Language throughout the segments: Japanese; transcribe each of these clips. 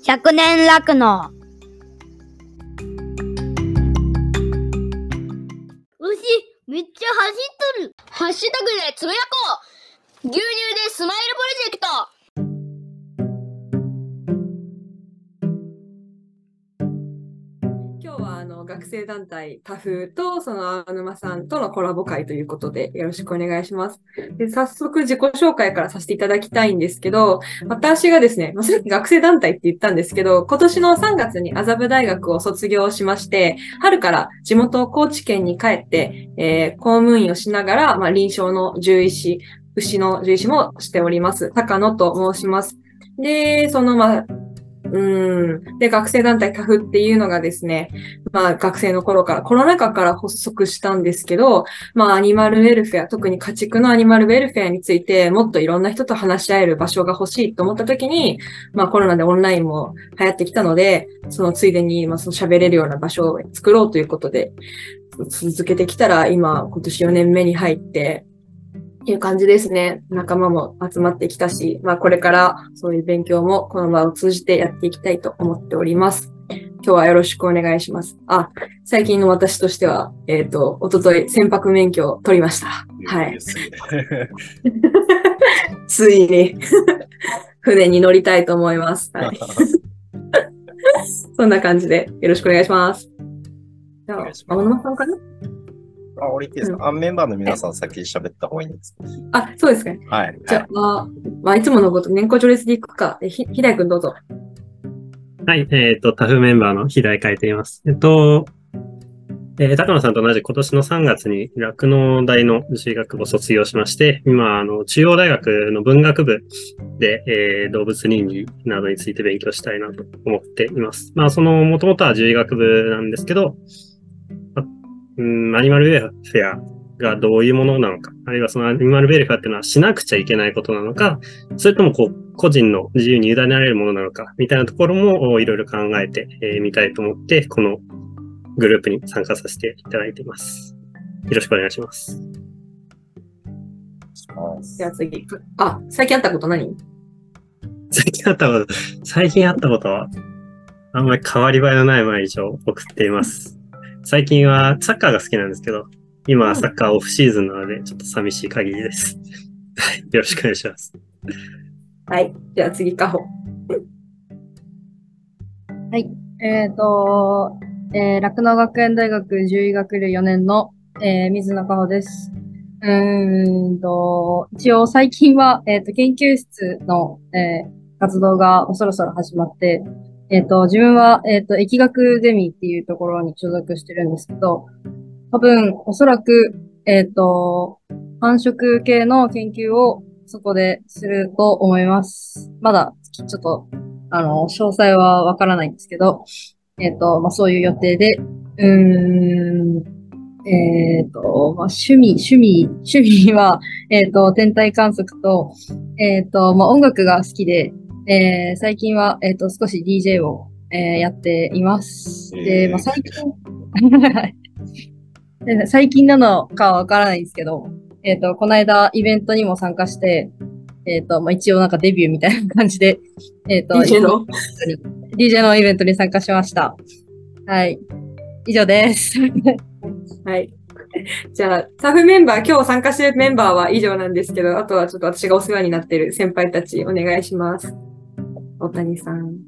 100年酪農。牛、めっちゃ走っとる。 ハッシュタグでつぶやこう。牛乳でスマイルプロジェクト。 今日は学生団体タフとその青沼さんとのコラボ会ということでよろしくお願いします。で、早速自己紹介からさせていただきたいんですけど、私がですね、さっき学生団体って言ったんですけど、今年の3月に麻布大学を卒業しまして、春から地元高知県に帰って、公務員をしながら、臨床の獣医師、牛の獣医師もしております。高野と申します。で、で、学生団体タフっていうのがですね、学生の頃から、コロナ禍から発足したんですけど、アニマルウェルフェア、特に家畜のアニマルウェルフェアについて、もっといろんな人と話し合える場所が欲しいと思った時に、コロナでオンラインも流行ってきたので、そのついでに、その喋れるような場所を作ろうということで、続けてきたら、今年4年目に入って、っていう感じですね。仲間も集まってきたし、これからそういう勉強もこの場を通じてやっていきたいと思っております。今日はよろしくお願いします。最近の私としては、おととい船舶免許を取りました。はい。ついに船に乗りたいと思います。はい。そんな感じでよろしくお願いします。じゃあ、青沼さんかな？ 俺いいですか？メンバーの皆さん先に喋った方がいいんですか？ そうですね。 はい。 じゃあ、いつものこと、年功序列でいくか。ひだいくんどうぞ。 はい、タフメンバーのひだい書いています。高野さんと同じ今年の3月に酪農大の獣医学部を卒業しまして、今、中央大学の文学部で、動物倫理などについて勉強したいなと思っています。もともとは獣医学部なんですけど、アニマルウェルフェアがどういうものなのか、あるいはそのアニマルウェルフェアっていうのはしなくちゃいけないことなのか、それとも個人の自由に委ねられるものなのか、みたいなところもいろいろ考えてみたいと思って、このグループに参加させていただいています。よろしくお願いします。 じゃあ次。最近あったこと何？ 最近あったことは、あんまり変わり映えのない毎日を送っています。最近はサッカーが好きなんですけど、今はサッカーオフシーズンなので、ちょっと寂しい限りです。はい。よろしくお願いします。 はい。じゃあ次、かほ。 はい。酪農学園大学獣医学部4年の、水野かほです。一応最近は、研究室の、活動がそろそろ始まって、自分は、疫学ゼミっていうところに所属してるんですけど、おそらく、繁殖系の研究をそこですると思います。まだ、ちょっと、詳細はわからないんですけど、そういう予定で、趣味は、天体観測と、音楽が好きで、最近は、少し DJ を、やっています。で、最近なのかはわからないんですけど、この間イベントにも参加して、一応なんかデビューみたいな感じで、 DJ のイベントに参加しました。はい。以上です。 はい。じゃあ、タフメンバー、今日参加しているメンバーは以上なんですけど、あとはちょっと私がお世話になっている先輩たちお願いします。大谷さん。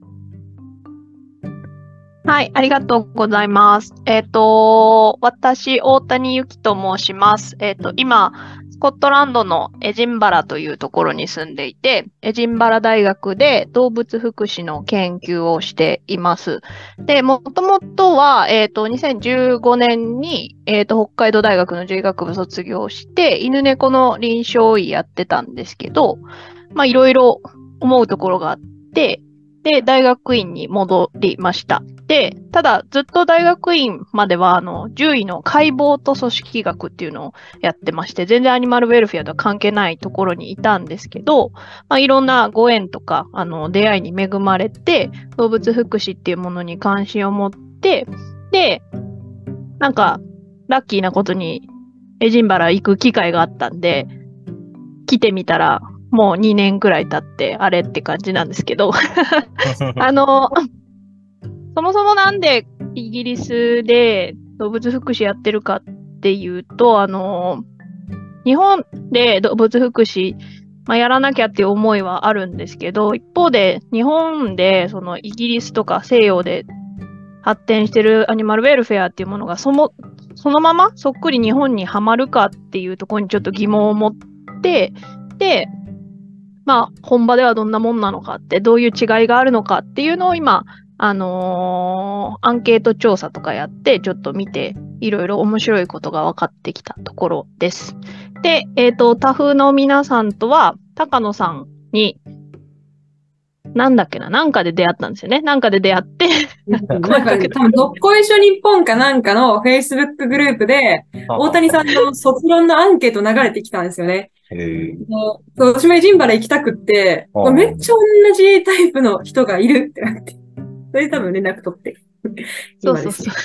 はい、ありがとうございます。私、大谷由紀と申します。今、スコットランドのエジンバラというところに住んでいて、エジンバラ大学で動物福祉の研究をしています。で、もともとは、2015年に、北海道大学の獣医学部卒業して、犬猫の臨床医やってたんですけど、いろいろ思うところがあって、で、大学院に戻りました。で、ただ、ずっと大学院までは、獣医の解剖と組織学っていうのをやってまして、全然アニマルウェルフェアとは関係ないところにいたんですけど、いろんなご縁とか、出会いに恵まれて、動物福祉っていうものに関心を持って、で、なんか、ラッキーなことに、エジンバラ行く機会があったんで、来てみたら、 もう2年ぐらい経ってあれって感じなんですけど、そもそもなんでイギリスで動物福祉やってるかっていうと、日本で動物福祉、やらなきゃっていう思いはあるんですけど、一方で日本でそのイギリスとか西洋で発展してるアニマルウェルフェアっていうものがそのままそっくり日本にはまるかっていうところにちょっと疑問を持って、で、本場ではどんなもんなのかって、どういう違いがあるのかっていうのを今、アンケート調査とかやって、ちょっと見て、いろいろ面白いことが分かってきたところです。で、タフの皆さんとは、高野さんに、なんかで出会ったんですよね。なんかで出会って、 多分、どっこいしょ日本かなんかの Facebook グループで、大谷さんの卒論のアンケート流れてきたんですよね。そう、私もエジンバラ行きたくって、めっちゃ同じタイプの人がいるってなって。それで多分連絡取って。 そうそうそう。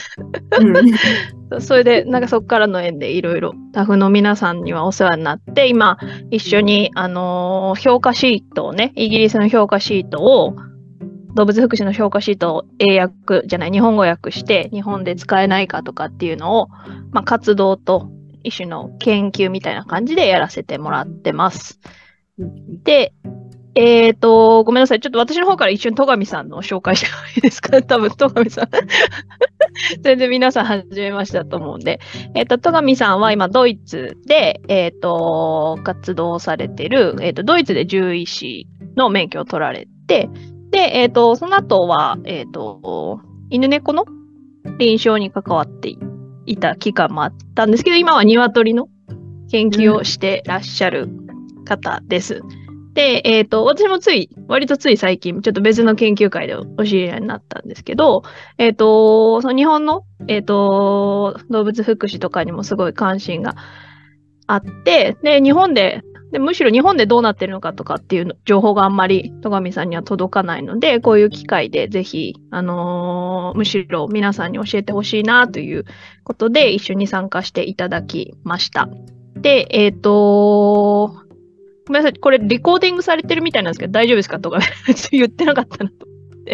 それで、そっからの縁でいろいろタフの皆さんにはお世話になって、今、一緒に、評価シートをね、イギリスの評価シートを、動物福祉の評価シートを日本語訳して、日本で使えないかとかっていうのを、活動と一種の研究みたいな感じでやらせてもらってます。で、ごめんなさい。ちょっと私の方から一瞬、戸上さんの紹介してもいいですか？多分、戸上さん。全然皆さん、初めましてだと思うんで。戸上さんは今、ドイツで、活動されてる、ドイツで獣医師の免許を取られて、で、その後は、犬猫の臨床に関わっていた期間もあったんですけど、今は鶏の研究をしてらっしゃる方です。で、私も割とつい最近、ちょっと別の研究会でお知り合いになったんですけど、その日本の、動物福祉とかにもすごい関心があって、で、むしろ日本でどうなってるのかとかっていう情報があんまり戸上さんには届かないので、こういう機会でぜひ、むしろ皆さんに教えてほしいなということで、一緒に参加していただきました。で、ごめんなさい、これレコーディングされてるみたいなんですけど、大丈夫ですかとか言ってなかったなと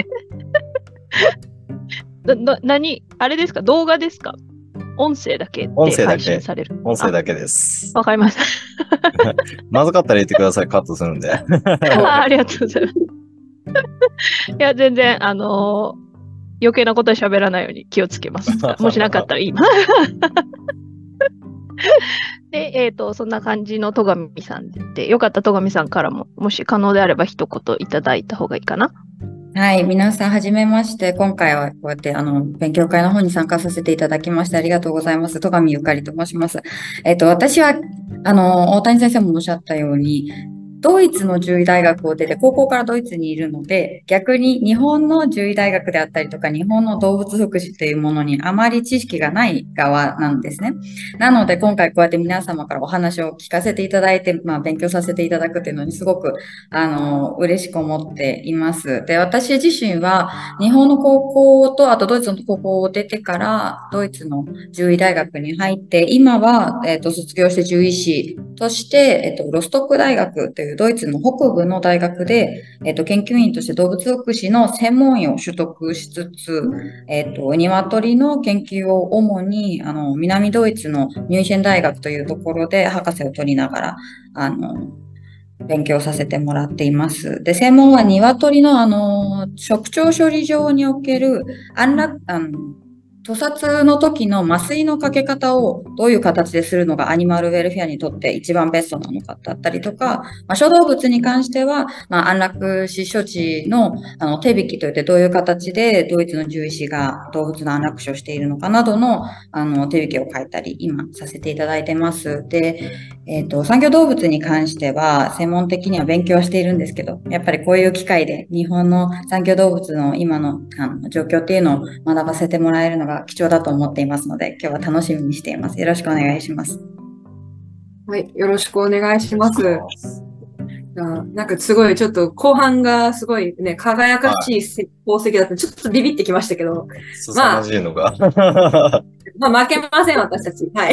思って。あれですか？動画ですか？音声だけで配信される？ 音声だけです。 わかりました。 まずかったら言ってください。カットするんで。 ありがとうございます。いや、全然、余計なことは喋らないように気をつけます。もしなかったら今。で、そんな感じの戸上さんで、よかった戸上さんからも、もし可能であれば一言いただいた方がいいかな。 はい、皆さん、はじめまして。今回はこうやって、勉強会の方に参加させていただきまして、ありがとうございます。戸上ゆかりと申します。私は、大谷先生もおっしゃったように、ドイツの獣医大学を出て、高校からドイツにいるので、逆に日本の獣医大学であったりとか、日本の動物福祉というものにあまり知識がない側なんですね。なので、今回こうやって皆様からお話を聞かせていただいて、勉強させていただくというのにすごく、嬉しく思っています。で、私自身は、日本の高校と、あとドイツの高校を出てから、ドイツの獣医大学に入って、今は、卒業して獣医師として、ロストック大学というドイツの北部の大学で、研究員として動物福祉の専門医を取得しつつ、鶏の研究を主に、南ドイツのミュンヘン大学というところで博士を取りながら、勉強させてもらっています。で、専門は鶏の、食腸処理場における屠殺の時の麻酔のかけ方をどういう形でするのがアニマルウェルフェアにとって一番ベストなのかだったりとか、小動物に関しては、安楽死処置の手引きといってどういう形でドイツの獣医師が動物の安楽死をしているのかなどの手引きを書いたり今させていただいてます。で、産業動物に関しては専門的には勉強しているんですけど、やっぱりこういう機会で日本の産業動物の今の状況っていうのを学ばせてもらえるのが貴重だと思っていますので、今日は楽しみにしています。よろしくお願いします。 はい、よろしくお願いします。なんかすごいちょっと後半がすごいね、輝かしい宝石だった。ちょっとビビってきましたけど。 凄まじいのが。 まあ負けません、私たち。はい。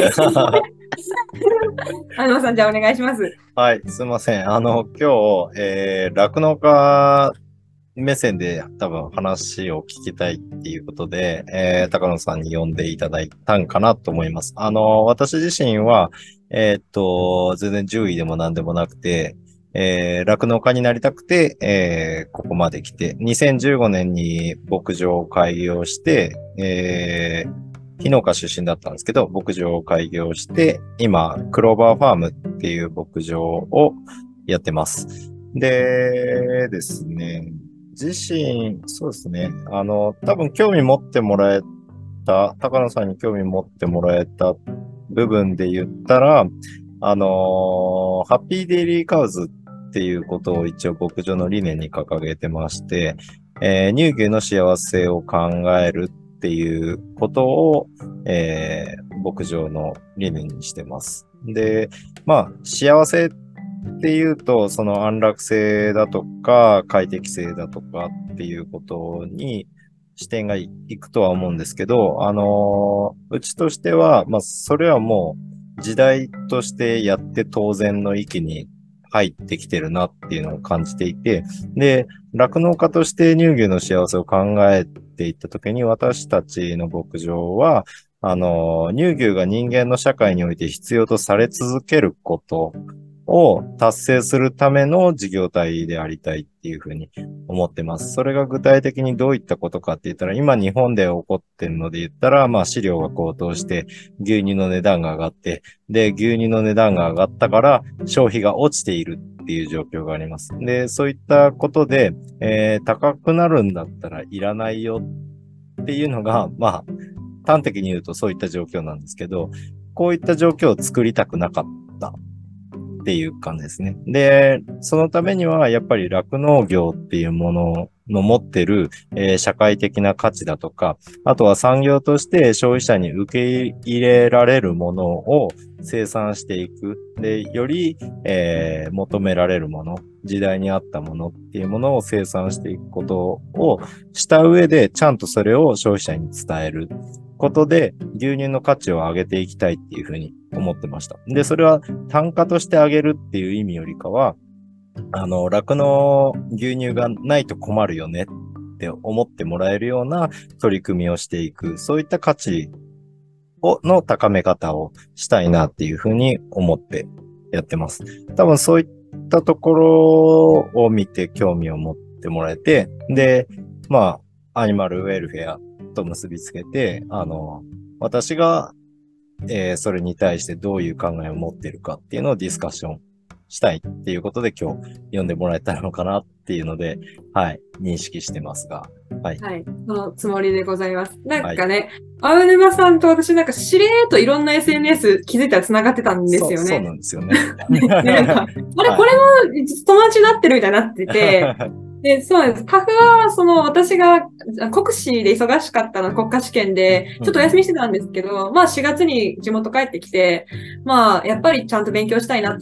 安野さん、じゃあお願いします。 はい、すいません。今日、酪農家目線で多分話を聞きたいっていうことで、高野さんに呼んでいただいたんかなと思います。私自身は、全然獣医でも何でもなくて、酪農家になりたくて、ここまで来て、2015年に牧場を開業して、非農家出身だったんですけど、牧場を開業して、今、クローバーファームっていう牧場をやってます。でですね、自身、そうですね、多分興味持ってもらえた、高野さんに興味持ってもらえた部分で言ったら、ハッピーデイリーカウズっていうことを一応牧場の理念に掲げてまして、乳牛の幸せを考えるっていうことを、牧場の理念にしてます。で、まあ、幸せっていうと、その安楽性だとか、快適性だとかっていうことに視点がいくとは思うんですけど、うちとしては、まあ、それはもう時代としてやって当然の域に入ってきてるなっていうのを感じていて、で、酪農家として乳牛の幸せを考えていったときに、私たちの牧場は、乳牛が人間の社会において必要とされ続けることを達成するための事業体でありたいっていうふうに思ってます。それが具体的にどういったことかって言ったら、今日本で起こってるので言ったら、まあ飼料が高騰して牛乳の値段が上がって、で、牛乳の値段が上がったから消費が落ちているっていう状況があります。で、そういったことで、高くなるんだったらいらないよっていうのが、まあ、端的に言うとそういった状況なんですけど、こういった状況を作りたくなかったっていう感じですね。で、そのためにはやっぱり酪農業っていうものの持ってる、社会的な価値だとか、あとは産業として消費者に受け入れられるものを生産していく。で、より、求められるもの、時代に合ったものっていうものを生産していくことをした上で、ちゃんとそれを消費者に伝えることで、牛乳の価値を上げていきたいっていうふうに思ってました。で、それは単価として上げるっていう意味よりかは、酪農牛乳がないと困るよねって思ってもらえるような取り組みをしていく、そういった価値の高め方をしたいなっていうふうに思ってやってます。多分そういったところを見て興味を持ってもらえて、で、まあ、アニマルウェルフェアと結びつけて、私が、それに対してどういう考えを持っているかっていうのをディスカッションしたいっていうことで今日読んでもらえたのかなっていうので、はい、認識してますが、はい。 はい、そのつもりでございます。なんかね、青沼さんと私なんかしれーっといろんな SNS 気づいたら繋がってたんですよね。 そうなんですよね。 なんかあれ、これも友達になってるみたいになってて、で、そうなんです。タフは、私が国試で忙しかったの、国家試験で、ちょっとお休みしてたんですけど、まあ4月に地元帰ってきて、まあ、やっぱりちゃんと勉強したいなって、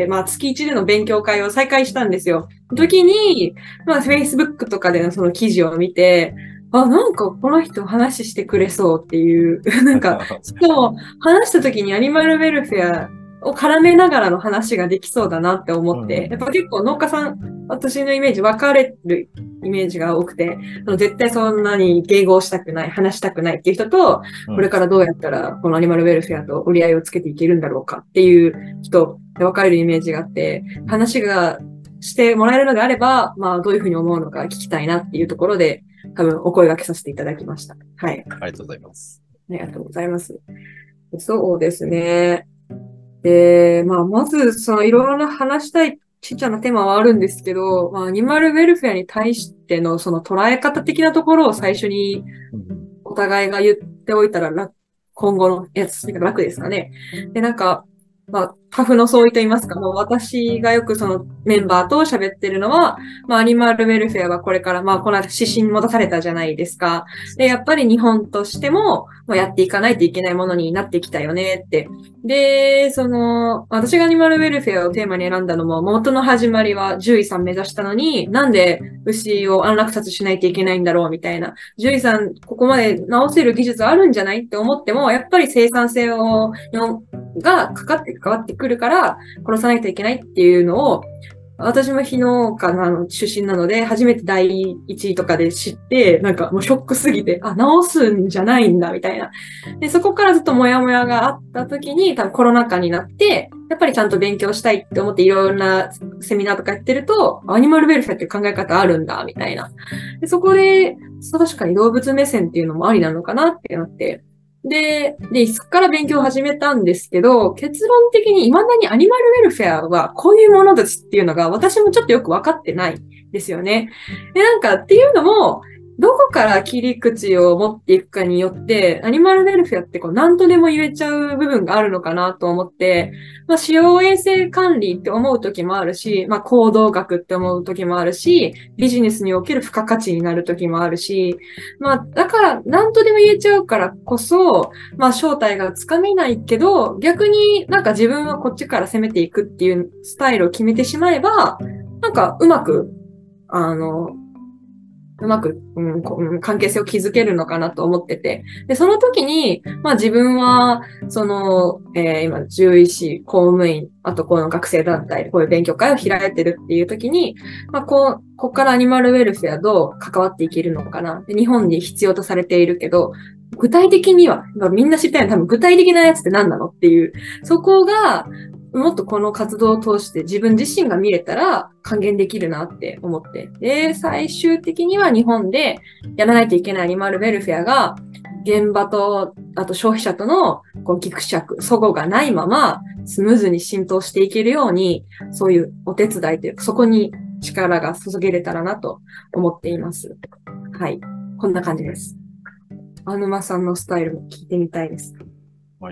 まあ月1での勉強会を再開したんですよ。時に、まあ Facebook とかでのその記事を見て、あ、なんかこの人話してくれそうっていう、なんか、しかも話した時にアニマルウェルフェアを絡めながらの話ができそうだなって思って、やっぱ結構農家さん、私のイメージ分かれるイメージが多くて、絶対そんなに迎合したくない、話したくないっていう人と、これからどうやったらこのアニマルウェルフェアと折り合いをつけていけるんだろうかっていう人で分かれるイメージがあって、話がしてもらえるのであれば、まあどういうふうに思うのか聞きたいなっていうところで、多分お声掛けさせていただきました。はい。 ありがとうございます。 ありがとうございます。そうですね。で、まあまずいろいろな話したいちっちゃなテーマはあるんですけど、まあ、アニマルウェルフェアに対しての捉え方的なところを最初にお互いが言っておいたら今後のやつ、楽ですかね。で、なんか、まあ、 タフの相違といいますか、もう私がよくそのメンバーと喋ってるのは、アニマルウェルフェアはこれから、この間指針も出されたじゃないですか。で、やっぱり日本としても、やっていかないといけないものになってきたよねって。で、私がアニマルウェルフェアをテーマに選んだのも、元の始まりは獣医さん目指したのに、なんで牛を安楽殺しないといけないんだろうみたいな。獣医さん、ここまで治せる技術あるんじゃないって思っても、やっぱり生産性が関わってくるから、殺さないといけないっていうのを、私も非農家出身なので、初めて第一位とかで知って、なんかもうショックすぎて、治すんじゃないんだ、みたいな。で、そこからずっとモヤモヤがあった時に、多分コロナ禍になって、やっぱりちゃんと勉強したいって思っていろんなセミナーとかやってると、アニマルウェルフェアっていう考え方あるんだ、みたいな。で、そこで、確かに動物目線っていうのもありなのかなってなって、で、そこから勉強を始めたんですけど、結論的に未だにアニマルウェルフェアはこういうものですっていうのが私もちょっとよくわかってないですよね。で、っていうのも、どこから切り口を持っていくかによって、アニマルウェルフェアって何とでも言えちゃう部分があるのかなと思って、使用衛生管理って思う時もあるし、行動学って思う時もあるし、ビジネスにおける付加価値になる時もあるし、だから何とでも言えちゃうからこそ、正体がつかめないけど、逆に自分はこっちから攻めていくっていうスタイルを決めてしまえば、うまく、関係性を築けるのかなと思ってて。で、その時に、自分は、今、獣医師、公務員、あとこの学生団体、こういう勉強会を開いてるっていう時に、ここからアニマルウェルフェアどう関わっていけるのかな。で、日本に必要とされているけど、具体的には、みんな知りたいのは多分具体的なやつって何なのっていう、そこが、もっとこの活動を通して自分自身が見れたら還元できるなって思って。で、最終的には日本でやらないといけないアニマルウェルフェアが現場と、あと消費者とのギクシャク、齟齬がないままスムーズに浸透していけるように、そういうお手伝いというか、そこに力が注げれたらなと思っています。はい。こんな感じです。青沼さんのスタイルも聞いてみたいです。 はい。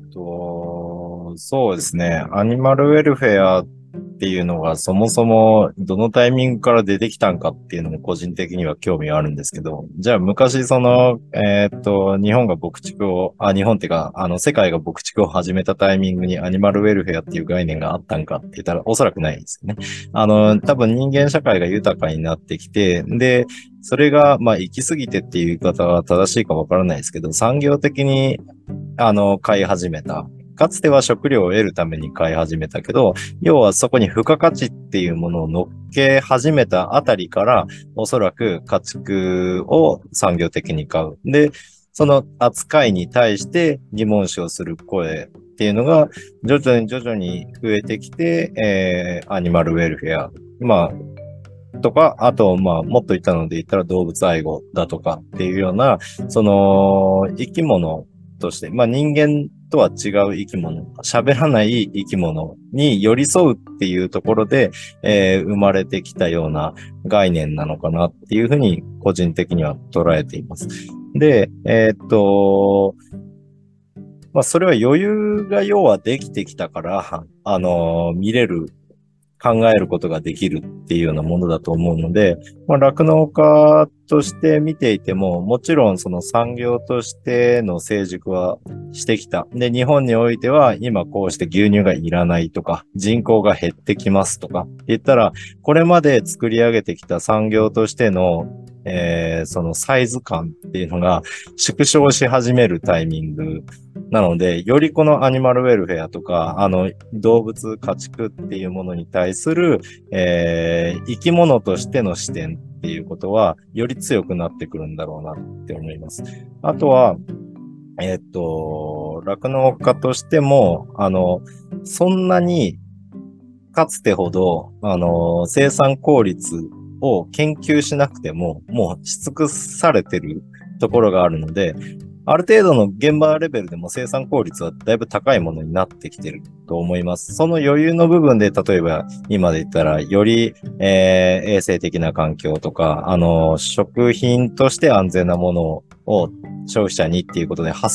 そうですね。アニマルウェルフェアっていうのがそもそもどのタイミングから出てきたんかっていうのも個人的には興味があるんですけど、じゃあ昔日本が牧畜を、日本っていうか、世界が牧畜を始めたタイミングにアニマルウェルフェアっていう概念があったんかって言ったらおそらくないですよね。多分人間社会が豊かになってきて、で、それが、行き過ぎてっていう言い方は正しいかわからないですけど、産業的に、買い始めた。かつては食料を得るために買い始めたけど、要はそこに付加価値っていうものを乗っけ始めたあたりから、おそらく家畜を産業的に買う。で、その扱いに対して疑問視をする声っていうのが、徐々に増えてきて、アニマルウェルフェア。とか、あと、もっと言ったので言ったら動物愛護だとかっていうような、生き物として、人間とは違う生き物、喋らない生き物に寄り添うっていうところで、生まれてきたような概念なのかなっていうふうに個人的には捉えています。で、それは余裕が要はできてきたから、見れる、考えることができるっていうようなものだと思うので、酪農家として見ていても、もちろんその産業としての成熟はしてきた。で、日本においては今こうして牛乳がいらないとか、人口が減ってきますとかって言ったら、これまで作り上げてきた産業としてのそのサイズ感っていうのが縮小し始めるタイミングなので、よりこのアニマルウェルフェアとか、動物家畜っていうものに対する、生き物としての視点っていうことは、より強くなってくるんだろうなって思います。あとは、酪農家としても、そんなに、かつてほど、生産効率を研究しなくても、もうし尽くされてるところがあるので、ある程度の現場レベルでも生産効率はだいぶ高いものになってきてると思います。その余裕の部分で、例えば今で言ったら、より、衛生的な環境とか、食品として安全なものを消費者にっていうことで、ハサっ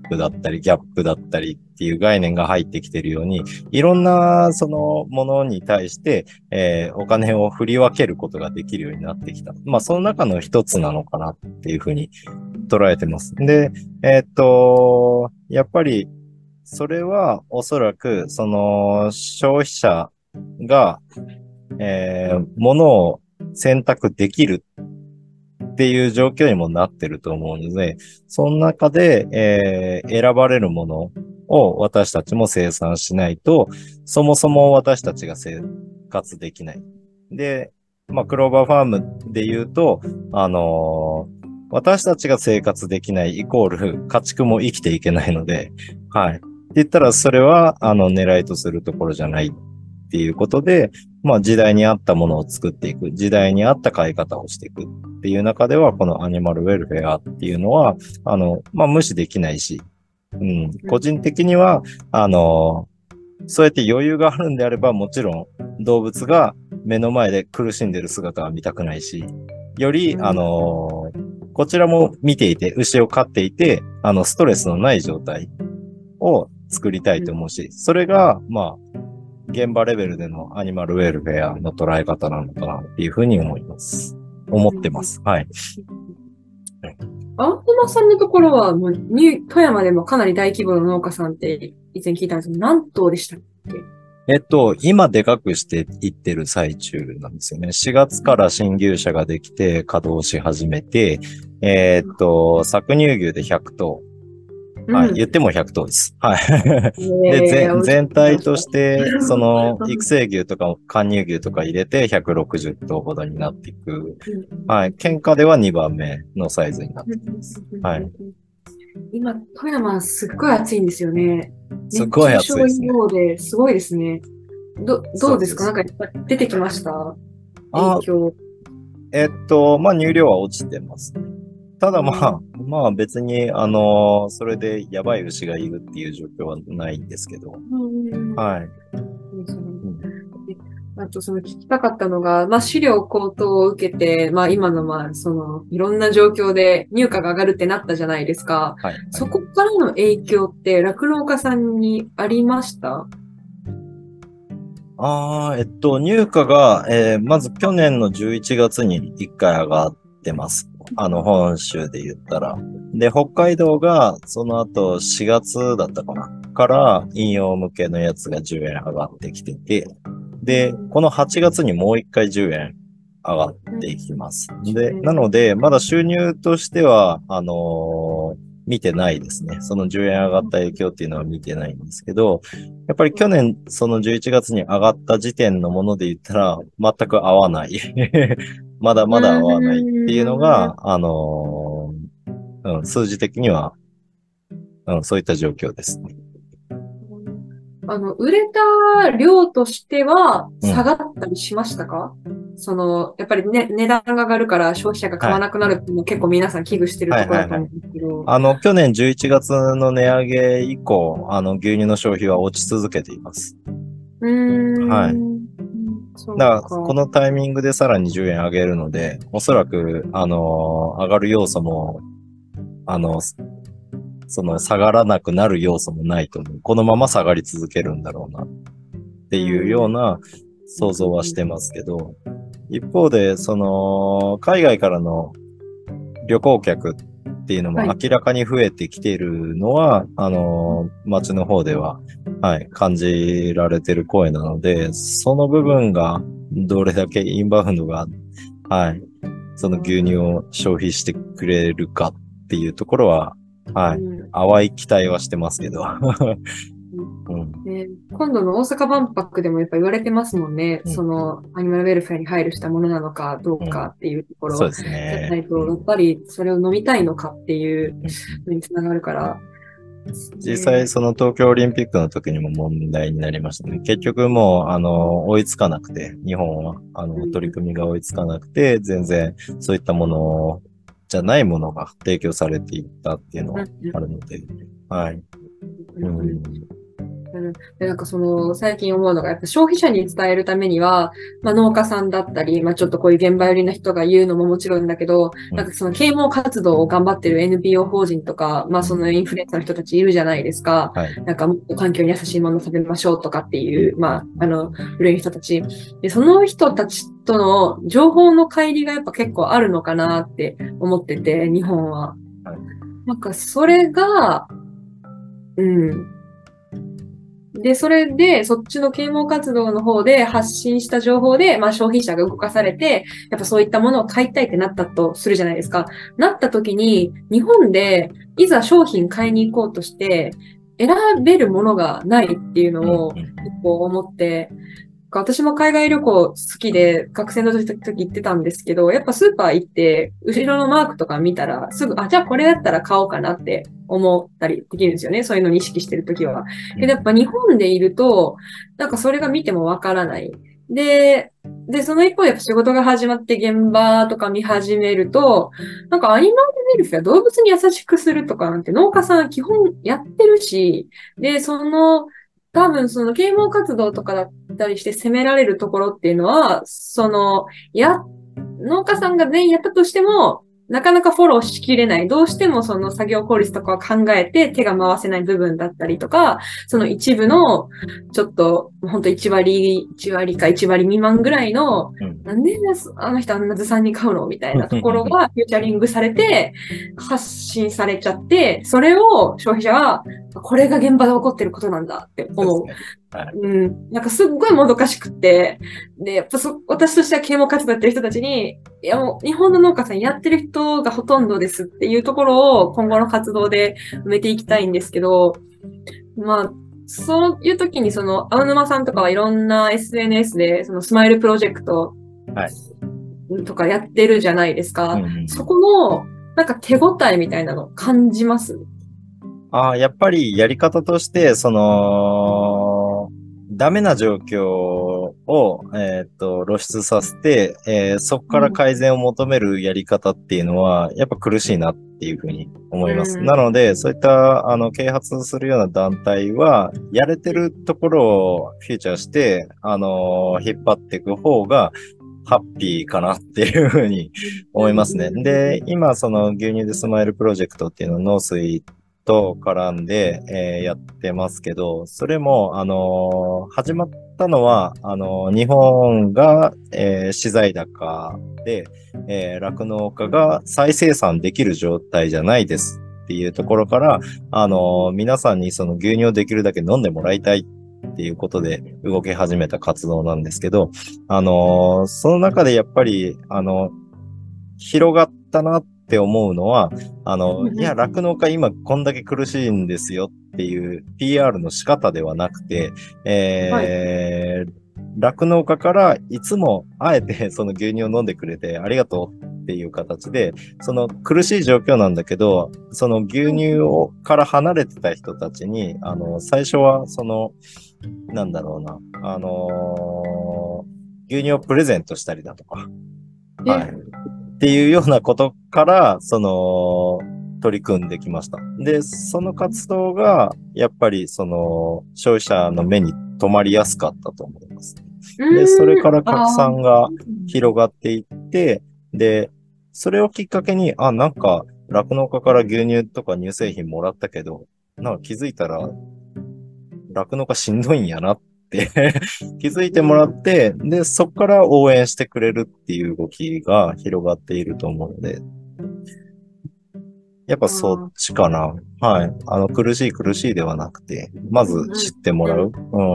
プだったり、ギャップだったりっていう概念が入ってきてるように、いろんなそのものに対して、お金を振り分けることができるようになってきた。まあ、その中の一つなのかなっていうふうに捉えてます。で、やっぱり、それはおそらく、その消費者が、物を選択できるっていう状況にもなってると思うので、その中で、選ばれるものを私たちも生産しないと、そもそも私たちが生活できない。で、まあ、クローバーファームで言うと、私たちが生活できないイコール家畜も生きていけないので、はい。って言ったらそれは、狙いとするところじゃないっていうことで、まあ時代に合ったものを作っていく、時代に合った買い方をしていくっていう中では、このアニマルウェルフェアっていうのは、まあ無視できないし、個人的には、そうやって余裕があるんであれば、もちろん動物が目の前で苦しんでる姿は見たくないし、より、こちらも見ていて、牛を飼っていて、ストレスのない状態を作りたいと思うし、それが、まあ、現場レベルでのアニマルウェルフェアの捉え方なのかなっていうふうに思ってます。はい。 青熊さんのところは、もう、富山でもかなり大規模な農家さんって以前聞いたんですけど、何頭でしたっけ？ 今でかくしていってる最中なんですよね。4月から新牛舎ができて稼働し始めて、搾乳牛で100頭。はい、言っても100頭です。はい。で、全体として、その、育成牛とか貫乳牛とか入れて160頭ほどになっていく。はい。県下では2番目のサイズになっています。はい。 今、富山すっごい暑いんですよね。 すごい暑いですね。 すごいですね。どうですか？なんかやっぱ出てきました影響。 まあ、乳量は落ちてますね。ただまあ別に、それでやばい牛がいるっていう状況はないんですけど。はい。 あと聞きたかったのが、まあ飼料高騰を受けて、まあ今のいろんな状況で乳価が上がるってなったじゃないですか。 はい。 そこからの影響って酪農家さんにありました？ 乳価が、まず去年の11月に1回上がってます。本州で言ったら。で、北海道がその後4月だったかなから飲用向けのやつが10円上がってきてて、で、この8月にもう1回10円上がっていきます。で、なので、まだ収入としては、見てないですね。その10円上がった影響っていうのは見てないんですけど、やっぱり去年その11月に上がった時点のもので言ったら全く合わない。まだまだ合わないっていうのが、数字的には、そういった状況ですね。 売れた量としては下がったりしましたか？やっぱりね、値段が上がるから消費者が買わなくなるっていうのを結構皆さん危惧してるところだと思うんですけど。 去年11月の値上げ以降、牛乳の消費は落ち続けています。はい。だから、このタイミングでさらに10円上げるので、おそらく、上がる要素も、下がらなくなる要素もないと思う。このまま下がり続けるんだろうな、っていうような想像はしてますけど、一方で、海外からの旅行客っていうのも明らかに増えてきているのは、街の方では、はい、感じられてる声なので、その部分がどれだけインバウンドが、はい、その牛乳を消費してくれるかっていうところは、はい、淡い期待はしてますけど。 今度の大阪万博でもやっぱ言われてますもんね。アニマルウェルフェアに配慮したものなのかどうかっていうところ。 そうですね。 じゃないと、やっぱりそれを飲みたいのかっていうのにつながるから。 実際その東京オリンピックの時にも問題になりましたね。結局もう、追いつかなくて、日本は、取り組みが追いつかなくて、全然そういったものじゃないものが提供されていったっていうのはあるので、はい。 で、なんか最近思うのが、やっぱ消費者に伝えるためには、農家さんだったり、ちょっとこういう現場寄りな人が言うのももちろんだけど、なんか啓蒙活動を頑張ってる NPO 法人とか、そのインフルエンサーの人たちいるじゃないですか。 はい。 なんかもっと環境に優しいものを食べましょうとかっていう、古い人たち。で、その人たちとの情報の乖離がやっぱ結構あるのかなって思ってて、日本は。 はい。 なんかそれが、で、それで、そっちの啓蒙活動の方で発信した情報で、消費者が動かされて、やっぱそういったものを買いたいってなったとするじゃないですか。なった時に、日本でいざ商品買いに行こうとして、選べるものがないっていうのを結構思って、私も海外旅行好きで学生の時行ってたんですけど、やっぱスーパー行って、後ろのマークとか見たら、すぐ、じゃあこれだったら買おうかなって思ったりできるんですよね。そういうのを意識してるときは。で、やっぱ日本でいると、なんかそれが見てもわからない。で、その一方でやっぱ仕事が始まって現場とか見始めると、なんかアニマルウェルフェア、動物に優しくするとかなんて農家さん基本やってるし、で、多分啓蒙活動とかだったりして責められるところっていうのは、農家さんが全員やったとしても、なかなかフォローしきれない。どうしても作業効率とかを考えて手が回せない部分だったりとか、一部の、ちょっと、ほんと1割か1割未満ぐらいの、なんであの人あんなずさんに買うのみたいなところがフューチャリングされて、発信されちゃって、それを消費者は、これが現場で起こってることなんだって思う。 はい。 なんかすっごいもどかしくって、で、やっぱ私としては啓蒙活動やってる人たちに、いやもう日本の農家さんやってる人がほとんどですっていうところを今後の活動で埋めていきたいんですけど、そういう時に青沼さんとかはいろんな SNS でスマイルプロジェクトとかやってるじゃないですか。そこのなんか手応えみたいなの感じます？ やっぱりやり方として、ダメな状況を、露出させて、そこから改善を求めるやり方っていうのは、やっぱ苦しいなっていうふうに思います。なので、そういった、啓発するような団体は、やれてるところをフューチャーして、引っ張っていく方が、ハッピーかなっていうふうに思いますね。で、今、牛乳でスマイルプロジェクトっていうのを農水と絡んで、やってますけど、それも、始まったのは、日本が、資材高で、酪農家が再生産できる状態じゃないですっていうところから、皆さんに牛乳をできるだけ飲んでもらいたいっていうことで動き始めた活動なんですけど、その中でやっぱり、広がったなって思うのは、いや、酪農家今こんだけ苦しいんですよっていう PR の仕方ではなくて、酪農家からいつもあえてその牛乳を飲んでくれてありがとうっていう形で、苦しい状況なんだけど、牛乳から離れてた人たちに、最初はなんだろうな、牛乳をプレゼントしたりだとか、はい。っていうようなことから、取り組んできました。で、その活動が、やっぱり、消費者の目に留まりやすかったと思います。で、それから拡散が広がっていって、で、それをきっかけに、なんか、酪農家から牛乳とか乳製品もらったけど、なんか気づいたら、酪農家しんどいんやなって気づいてもらって、で、そこから応援してくれるっていう動きが広がっていると思うので、やっぱそっちかな。はい。苦しいではなくて、まず知ってもらう。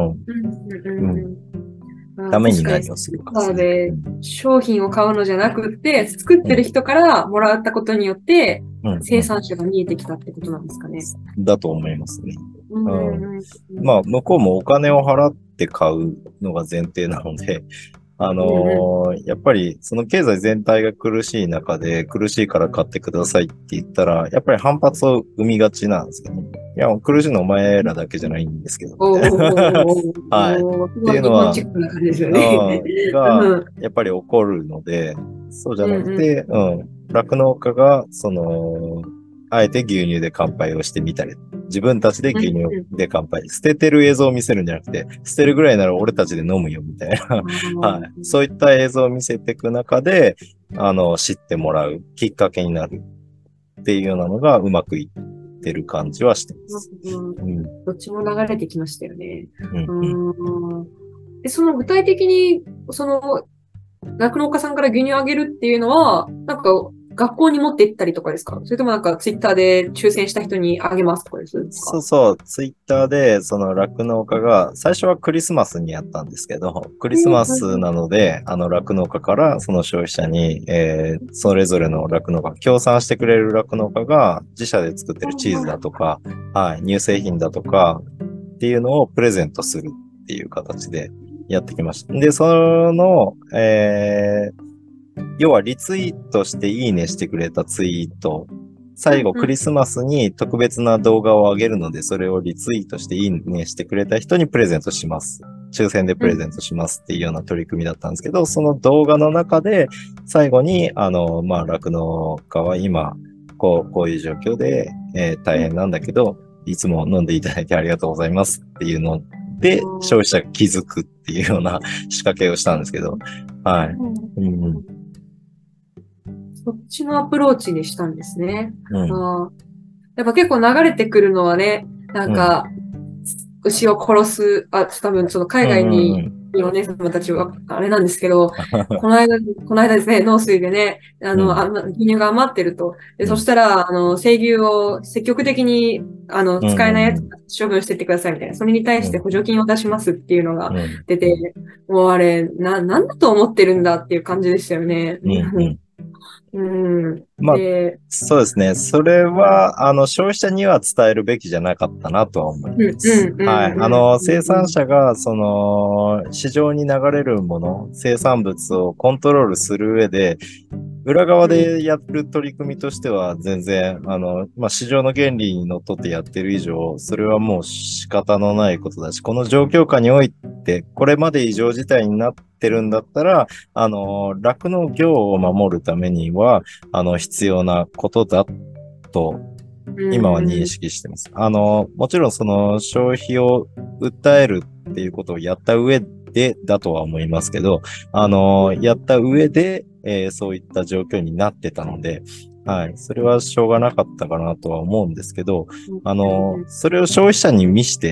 ために何をするか。 で、商品を買うのじゃなくて、作ってる人からもらったことによって、生産者が見えてきたってことなんですかね。 だと思いますね。まあ、向こうもお金を払って買うのが前提なので、やっぱりその経済全体が苦しい中で苦しいから買ってくださいって言ったら、やっぱり反発を生みがちなんですよね。いや、苦しいのお前らだけじゃないんですけど。はい。っていうのは、が、やっぱり起こるので、そうじゃなくて、酪農家が、 あえて牛乳で乾杯をしてみたり、自分たちで牛乳で乾杯、捨ててる映像を見せるんじゃなくて、捨てるぐらいなら俺たちで飲むよみたいな、はい。そういった映像を見せていく中で、知ってもらうきっかけになるっていうようなのがうまくいってる感じはしてます。 どっちも流れてきましたよね。 うんうんで、その具体的に、酪農家さんから牛乳をあげるっていうのは、なんか、学校に持って行ったりとかですか？それともなんか、ツイッターで抽選した人にあげますとかですか？ そうそう、ツイッターで、その酪農家が、最初はクリスマスにやったんですけど、クリスマスなので、酪農家からその消費者に、それぞれの酪農家、協賛してくれる酪農家が自社で作ってるチーズだとか、はい、乳製品だとかっていうのをプレゼントするっていう形でやってきました。で、その、要はリツイートしていいねしてくれたツイート、最後クリスマスに特別な動画を上げるので、それをリツイートしていいねしてくれた人にプレゼントします。抽選でプレゼントしますっていうような取り組みだったんですけど、その動画の中で最後に、酪農家は今、こういう状況で、大変なんだけど、いつも飲んでいただいてありがとうございますっていうので、消費者が気づくっていうような仕掛けをしたんですけど、はい。 そっちのアプローチにしたんですね。やっぱ結構流れてくるのはね、なんか、牛を殺す、多分その海外にいるお姉様たちは、あれなんですけど、この間ですね、農水でね、牛乳が余ってると。で、そしたら、生牛を積極的に、使えないやつ処分してってくださいみたいな。それに対して補助金を出しますっていうのが出て、もうあれ、なんだと思ってるんだっていう感じでしたよね。 まあ、そうですね。それは、消費者には伝えるべきじゃなかったなとは思います。はい。生産者が、市場に流れるもの、生産物をコントロールする上で、裏側でやる取り組みとしては全然、市場の原理にのっとってやってる以上、それはもう仕方のないことだし、この状況下において、これまで異常事態になってるんだったら、酪農業を守るためには、必要なことだと、今は認識してます。もちろんその消費を訴えるっていうことをやった上でだとは思いますけど、やった上で、そういった状況になってたので、はい。それはしょうがなかったかなとは思うんですけど、それを消費者に見して、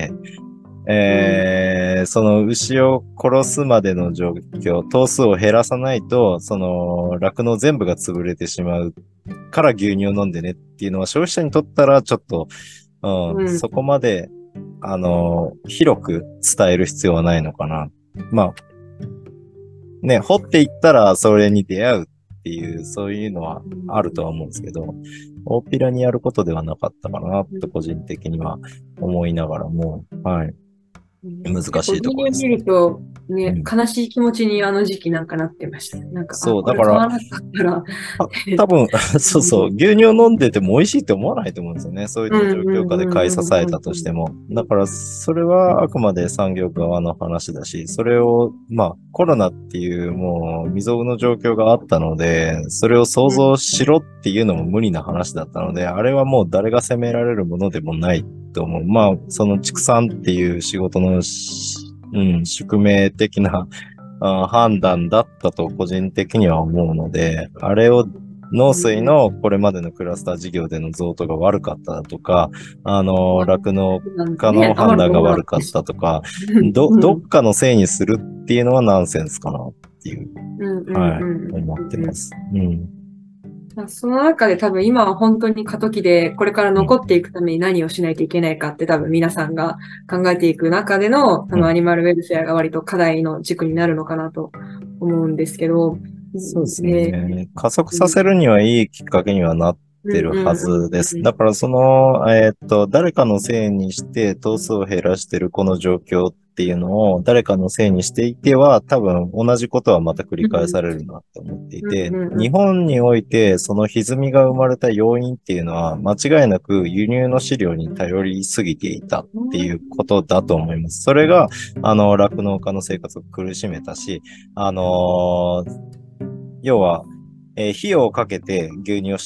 その牛を殺すまでの状況、頭数を減らさないと、酪農全部が潰れてしまうから牛乳を飲んでねっていうのは消費者にとったらちょっと、そこまで、広く伝える必要はないのかな。まあ、ね、掘っていったらそれに出会うっていう、そういうのはあるとは思うんですけど、大っぴらにやることではなかったかなって個人的には思いながらも、はい。難しいところです。 見ると、ね、悲しい気持ちにあの時期なんかなってました。なんか、 そう、だから、多分、そうそう、牛乳を飲んでても美味しいって思わないと思うんですよね。そういった状況下で買い支えたとしても。だから、それはあくまで産業側の話だし、それを、コロナっていうもう未曾有の状況があったので、それを想像しろっていうのも無理な話だったので、あれはもう誰が責められるものでもないと思う。その畜産っていう仕事の宿命的な判断だったと個人的には思うので、あれを農水のこれまでのクラスター事業での贈答が悪かっただとか、酪農家の判断が悪かったとか、どっかのせいにするっていうのはナンセンスかなっていう、はい、思ってます。 その中で多分今は本当に過渡期でこれから残っていくために何をしないといけないかって多分皆さんが考えていく中でのアニマルウェルフェアが割と課題の軸になるのかなと思うんですけど。 そうですね。加速させるにはいいきっかけにはなってるはずです。だから誰かのせいにして頭数を減らしてるこの状況っていうのを誰かのせいにしていては多分同じことはまた繰り返されるなって思っていて、日本においてその歪みが生まれた要因っていうのは間違いなく輸入の飼料に頼りすぎていたっていうことだと思います。それが酪農家の生活を苦しめたし、要は、費用をかけて牛乳を絞っ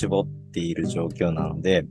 っている状況なので、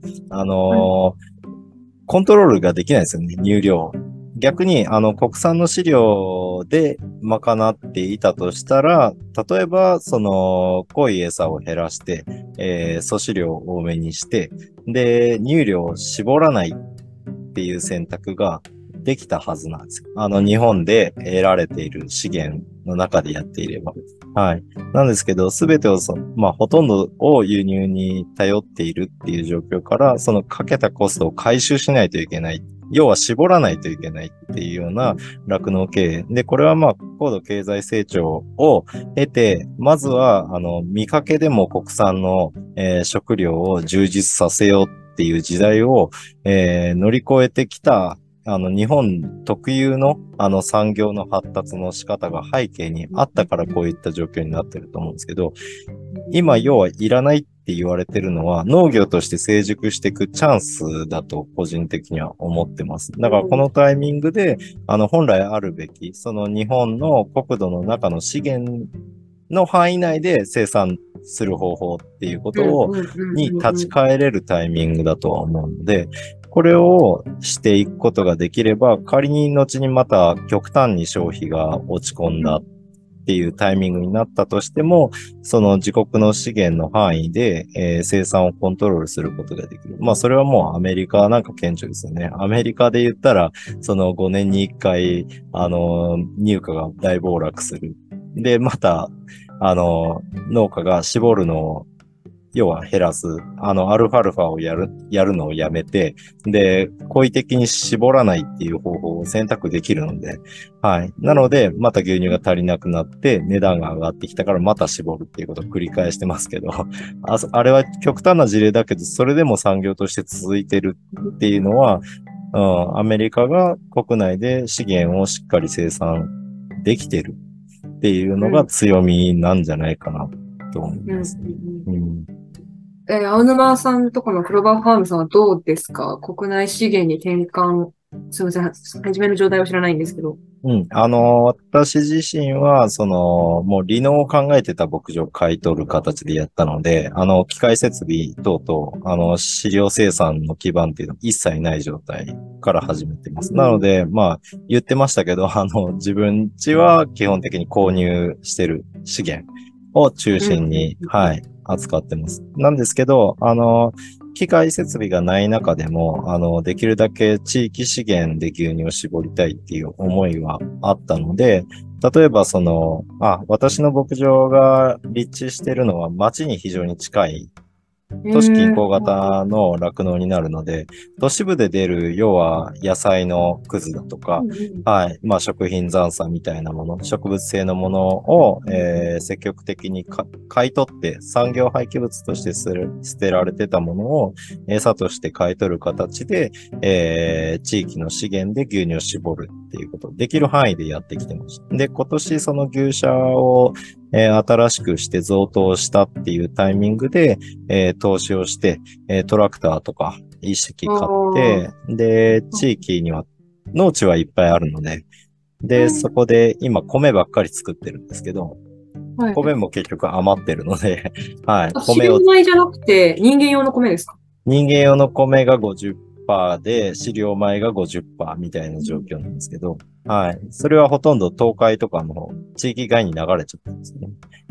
コントロールができないですよね、乳量。逆に、国産の飼料で賄っていたとしたら、例えば、濃い餌を減らして、粗飼料を多めにして、で、乳量を絞らないっていう選択ができたはずなんですよ。日本で得られている資源の中でやっていれば。はい。なんですけど、すべてをほとんどを輸入に頼っているっていう状況から、そのかけたコストを回収しないといけない。要は絞らないといけないっていうような酪農経営。で、これは高度経済成長を経て、まずは、見かけでも国産の、食料を充実させようっていう時代を、乗り越えてきた、日本特有の産業の発達の仕方が背景にあったからこういった状況になってると思うんですけど、今要はいらないって言われてるのは農業として成熟していくチャンスだと個人的には思ってます。だからこのタイミングで、本来あるべき、その日本の国土の中の資源の範囲内で生産する方法っていうことに立ち返れるタイミングだとは思うので、これをしていくことができれば、仮に後にまた極端に消費が落ち込んだっていうタイミングになったとしても、その自国の資源の範囲で、生産をコントロールすることができる。それはもうアメリカなんか顕著ですよね。アメリカで言ったら、その5年に1回、乳価が大暴落する。で、また、農家が絞るのを要は減らす。アルファルファをやるのをやめて、で、故意的に絞らないっていう方法を選択できるので、はい。なので、また牛乳が足りなくなって、値段が上がってきたからまた絞るっていうことを繰り返してますけど、あれは極端な事例だけど、それでも産業として続いてるっていうのは、アメリカが国内で資源をしっかり生産できてるっていうのが強みなんじゃないかなと思います。 青沼さんとこのクローバーファームさんはどうですか？国内資源に転換、すみません、初めの状態を知らないんですけど。 私自身は、もう離農を考えてた牧場を買い取る形でやったので、機械設備等々、飼料生産の基盤っていうのは一切ない状態から始めてます。なので、言ってましたけど、自分家は基本的に購入してる資源を中心に、はい、扱ってます。なんですけど、機械設備がない中でも、できるだけ地域資源で牛乳を絞りたいっていう思いはあったので、例えば私の牧場が立地してるのは町に非常に近い都市近郊型の酪農になるので、都市部で出る、要は野菜のくずだとか、はい、食品残差みたいなもの、植物性のものを、積極的に買い取って、産業廃棄物として捨てられてたものを餌として買い取る形で、地域の資源で牛乳を絞るっていうこと、できる範囲でやってきてました。で、今年その牛舎を新しくして贈答したっていうタイミングで、投資をして、トラクターとか一式買って、で、地域には、農地はいっぱいあるので、で、そこで今米ばっかり作ってるんですけど、米も結局余ってるので、はい。 米を。飼料米じゃなくて人間用の米ですか？ 人間用の米が50%で、飼料米が50%みたいな状況なんですけど、はい。それはほとんど東海とかの地域外に流れちゃったんですね。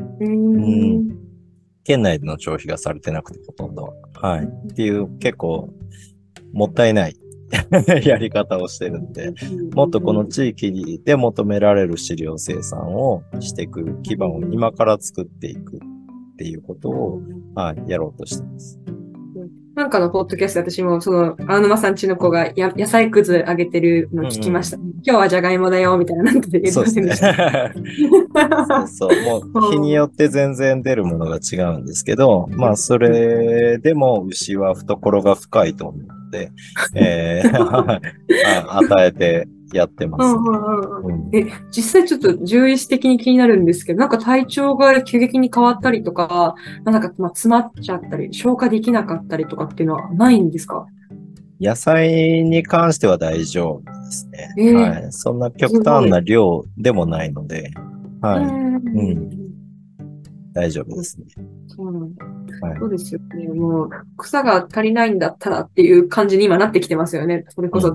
県内での消費がされてなくて、ほとんどは。はい。っていう結構もったいないやり方をしてるんで、もっとこの地域で求められる飼料生産をしていく基盤を今から作っていくっていうことを、はい、やろうとしています。 なんかのポッドキャストで私も青沼さんちの子が野菜くずあげてるの聞きました。今日はじゃがいもだよ、みたいななんて言ってませんでした。 そう、もう日によって全然出るものが違うんですけど、それでも牛は懐が深いと思うので、与えてやってます。 実際ちょっと獣医師的に気になるんですけど、なんか体調が急激に変わったりとか、なんか詰まっちゃったり、消化できなかったりとかっていうのはないんですか？ 野菜に関しては大丈夫ですね。はい。そんな極端な量でもないので、はい。大丈夫ですね。 そうなんだ。 はいそうですよね。もう、草が足りないんだったらっていう感じに今なってきてますよね。それこそ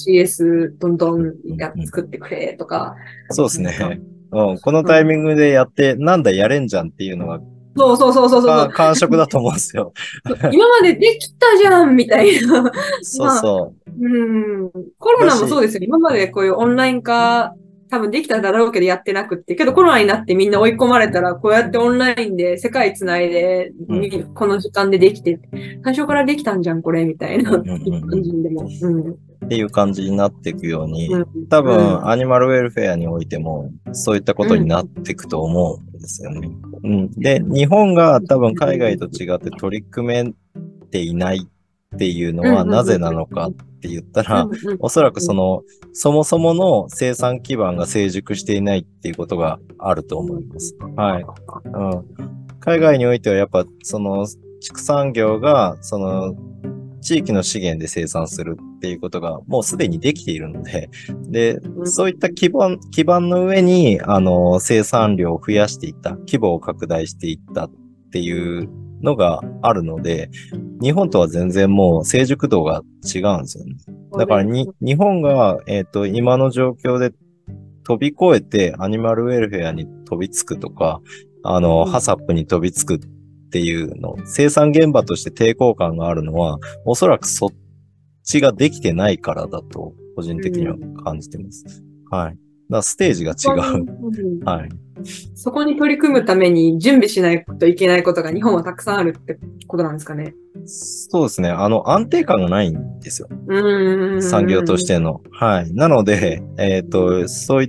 WCS どんどん作ってくれとか。 そうですね。うん、このタイミングでやって、なんだやれんじゃんっていうのが、 そうそうそうそうそう。 感触だと思うんですよ。 今までできたじゃんみたいな。 そうそコロナもそうですよ。今までこういうオンライン化、多分できただろうけどやってなくって。けどコロナになってみんな追い込まれたら、こうやってオンラインで世界つないで、この時間でできて、最初からできたんじゃん、これ、みたいな。一般人でも。 っていう感じになっていくように、多う分、 んアニマルウェルフェアにおいても、そういったことになっていくと思うんですよね。で、日本が多分海外と違って取り組めていないっていうのはなぜなのかって言ったら、おそらくそもそもの生産基盤が成熟していないっていうことがあると思います。はい。海外においてはやっぱ畜産業が地域の資源で生産するっていうことがもうすでにできているので、で、そういった基盤の上に、生産量を増やしていった、規模を拡大していったっていうのがあるので、日本とは全然もう成熟度が違うんですよね。だから日本が、今の状況で飛び越えてアニマルウェルフェアに飛びつくとか、ハサップに飛びつくっていうの、生産現場として抵抗感があるのは、おそらくそっちができてないからだと、個人的には感じてます。はい。だからステージが違う。はい。 そこに取り組むために準備しないといけないことが日本はたくさんあるってことなんですかね。 そうですね。安定感がないんですよ。産業としての。はい。なので、そういった、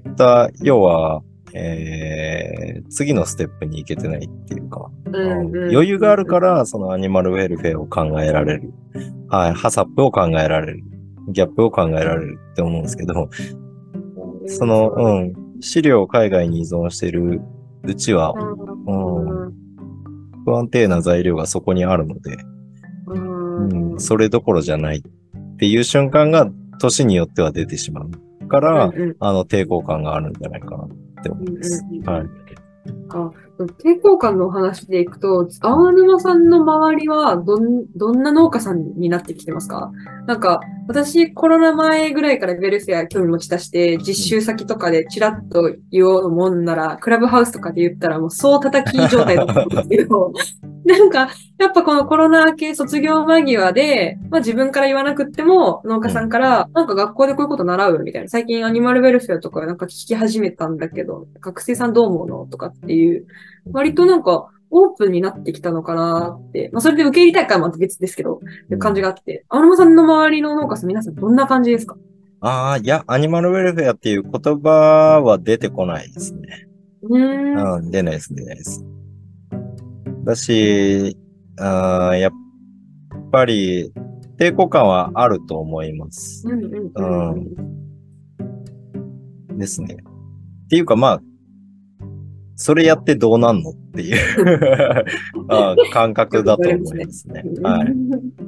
要は、次のステップに行けてないっていうか、余裕があるから、そのアニマルウェルフェアを考えられる。はい。ハサップを考えられる。ギャップを考えられるって思うんですけど、飼料を海外に依存しているうちは、不安定な材料がそこにあるので、それどころじゃないっていう瞬間が年によっては出てしまうから、抵抗感があるんじゃないかなって思います。はい。 抵抗感のお話でいくと、青沼さんの周りはどんな農家さんになってきてますか？なんか、私コロナ前ぐらいからウェルフェア興味持ち出して、実習先とかでチラッと言おうもんなら、クラブハウスとかで言ったらもう総叩き状態だったんですけど、なんか、やっぱこのコロナ明け卒業間際で、まあ自分から言わなくっても農家さんから、なんか学校でこういうこと習うみたいな。最近アニマルウェルフェアとかなんか聞き始めたんだけど、学生さんどう思うのとかっていう、割となんかオープンになってきたのかなって、まあそれで受け入れたいかはまた別ですけど、いう感じがあって、青沼さんの周りの農家さん皆さんどんな感じですか？ いや、アニマルウェルフェアっていう言葉は出てこないですね。出ないです。だし、やっぱり抵抗感はあると思います。ですね。っていうかまあ、それやってどうなんのっていう感覚だと思いますね。はい。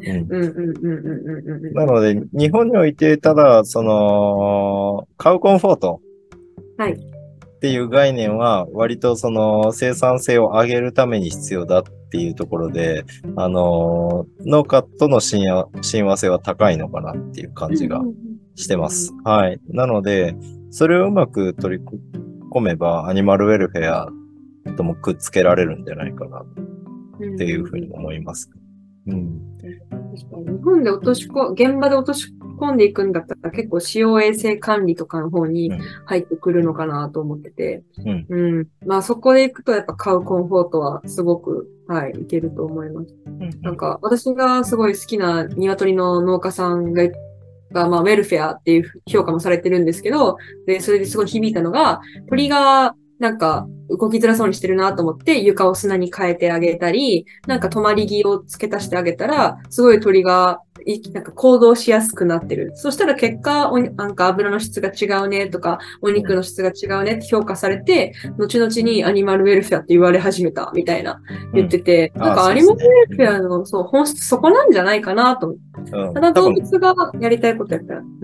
なので、日本において、ただ、カウコンフォート。 はい。 っていう概念は割と生産性を上げるために必要だっていうところで、農家との親和性は高いのかなっていう感じがしてます。はい。なので、それをうまく取り込めばアニマルウェルフェアともくっつけられるんじゃないかなっていうふうに思います。 確かに日本で現場で落とし込んでいくんだったら結構使用衛生管理とかの方に入ってくるのかなと思ってて、まあそこで行くとやっぱ買うコンフォートはすごく、はい、いけると思います。なんか私がすごい好きな鶏の農家さんがまあ、ウェルフェアっていう評価もされてるんですけど、で、それですごい響いたのが、鳥がなんか動きづらそうにしてるなと思って床を砂に変えてあげたり、なんか止まり木を付け足してあげたら、すごい鳥がなんか行動しやすくなってる。そしたら結果、なんか油の質が違うねとか、お肉の質が違うねって評価されて、後々にアニマルウェルフェアって言われ始めたみたいな言ってて、なんかアニマルウェルフェアの本質そこなんじゃないかなと思って。ただ動物がやりたいことやったら、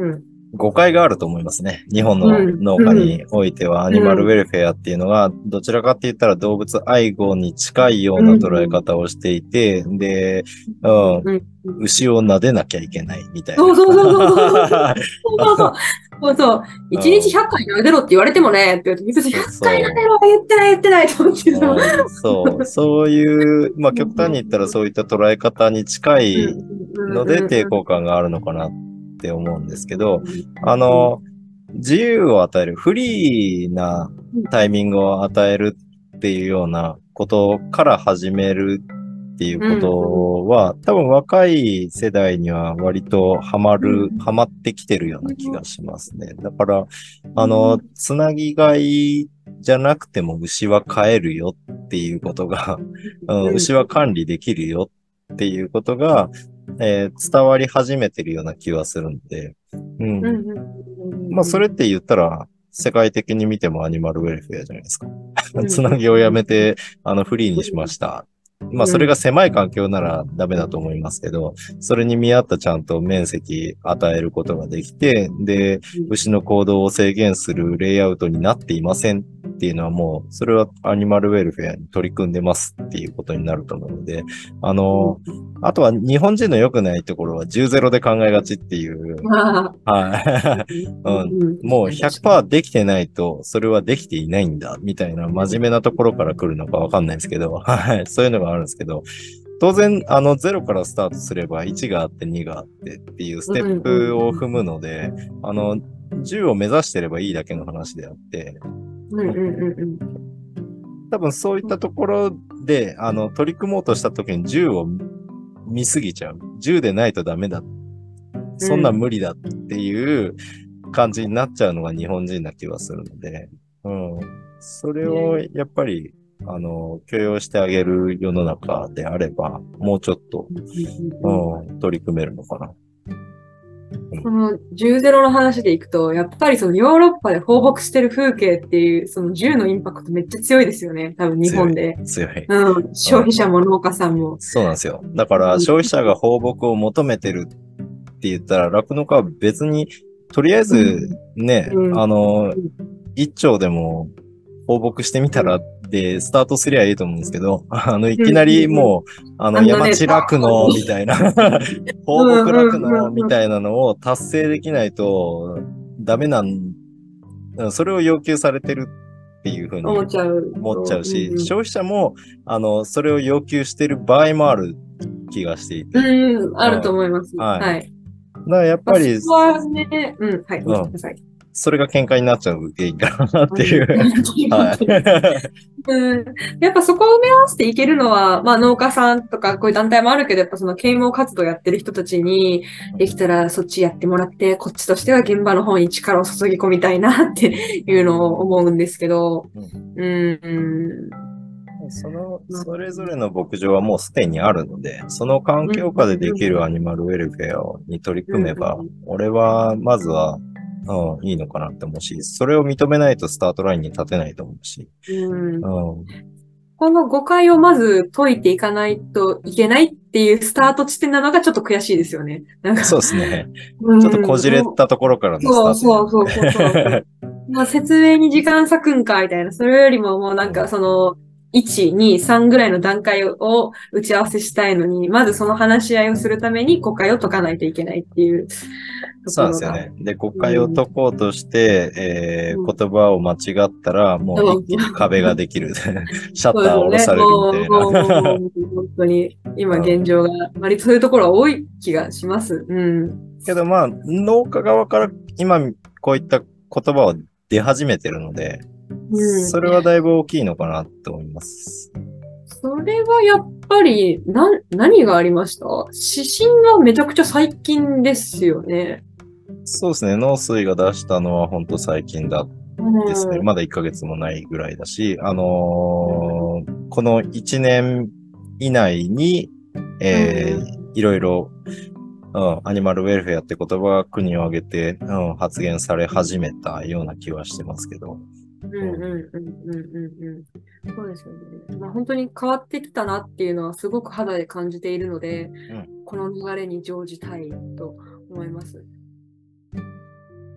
誤解があると思いますね。日本の農家においては、アニマルウェルフェアっていうのが、どちらかって言ったら動物愛護に近いような捉え方をしていて、で、牛を撫でなきゃいけないみたいな。 そうそうそうそうそう。そうそう。1日100回撫でろって言われてもね、って言うと、別に100回撫でろは言ってないと思ってそういう、まあ極端に言ったらそういった捉え方に近いので抵抗感があるのかなって思うんですけど、自由を与える、フリーなタイミングを与えるっていうようなことから始めるっていうことは、多分若い世代には割とハマってきてるような気がしますね。だから、つなぎがいじゃなくても牛は飼えるよっていうことが、牛は管理できるよっていうことが、伝わり始めてるような気はするので、まあ、それって言ったら、世界的に見てもアニマルウェルフェアじゃないですか。つなぎをやめて、フリーにしました。まあ、それが狭い環境ならダメだと思いますけど、それに見合ったちゃんと面積与えることができて、で、牛の行動を制限するレイアウトになっていませんっていうのはもう、それはアニマルウェルフェアに取り組んでますっていうことになると思うので、あとは日本人の良くないところは10-0で考えがちっていう、はい。もう 100% できてないと、それはできていないんだ、みたいな真面目なところから来るのかわかんないですけど、はい。そういうのがあるんですけど、当然、0からスタートすれば1があって2があってっていうステップを踏むので、10を目指してればいいだけの話であって、多分そういったところで、取り組もうとした時に10を見すぎちゃう。10でないとダメだ。そんなん無理だっていう感じになっちゃうのが日本人な気はするので、それをやっぱり、許容してあげる世の中であれば、もうちょっと、取り組めるのかな。 この10-0の話でいくと、やっぱりそのヨーロッパで放牧してる風景っていう、その10のインパクトめっちゃ強いですよね。多分日本で。 強い。 消費者も農家さんも。 そうなんですよ。だから消費者が放牧を求めてるって言ったら、酪農家は別に、とりあえずね、一丁でも放牧してみたらでスタートすりゃいいと思うんですけど、いきなりもう、山地酪農みたいな、放牧酪農みたいなのを達成できないとダメそれを要求されてるっていうふうに思っちゃうし、消費者も、それを要求してる場合もある気がしていて。 あると思います。はい。 だからやっぱり、それが喧嘩になっちゃう原因かなっていう。 やっぱそこを埋め合わせていけるのは、まあ農家さんとかこういう団体もあるけど、やっぱその啓蒙活動やってる人たちに、できたらそっちやってもらって、こっちとしては現場の方に力を注ぎ込みたいなっていうのを思うんですけど、 それぞれの牧場はもうすでにあるので、その環境下でできるアニマルウェルフェアに取り組めば、俺はまずはいいのかなって思うし、それを認めないとスタートラインに立てないと思うし。 この誤解をまず解いていかないといけないっていうスタート地点なのがちょっと悔しいですよね。 そうですね。ちょっとこじれたところからのスタート。 そう。まあ説明に時間割くんかみたいな。それよりももうなんかその、1、2、3ぐらいの段階を打ち合わせしたいのに、まずその話し合いをするために誤解を解かないといけないっていう。 そうなんですよね。で、誤解を解こうとして、言葉を間違ったら、もう一気に壁ができる。シャッターを下ろされるみたいな。 本当に、今現状が、割とそういうところは多い気がします。 けどまあ、農家側から今こういった言葉は出始めてるので、それはだいぶ大きいのかなと思います。 それはやっぱり、何がありました？指針はめちゃくちゃ最近ですよね。 そうですね。農水が出したのは本当最近ですね。まだ1ヶ月もないぐらいだし、この1年以内に、いろいろ、アニマルウェルフェアって言葉が国を挙げて、発言され始めたような気はしてますけど。 そうですよね。まあ本当に変わってきたなっていうのはすごく肌で感じているので、この流れに乗じたいと思います。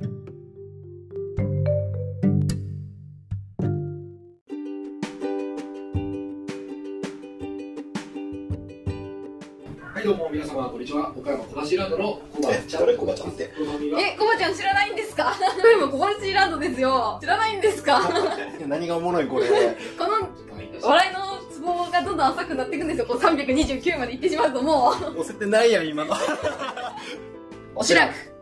どうも皆様こんにちは。岡山小橋ランドのコバちゃん。 誰コバちゃんって。 コバちゃん知らないんですか？これも小橋ランドですよ。知らないんですか？ 何がおもろいこれ。 この笑いのツボがどんどん浅くなっていくんですよ。こう329までいってしまうともう。 押せてないやん、今の。 おしらく。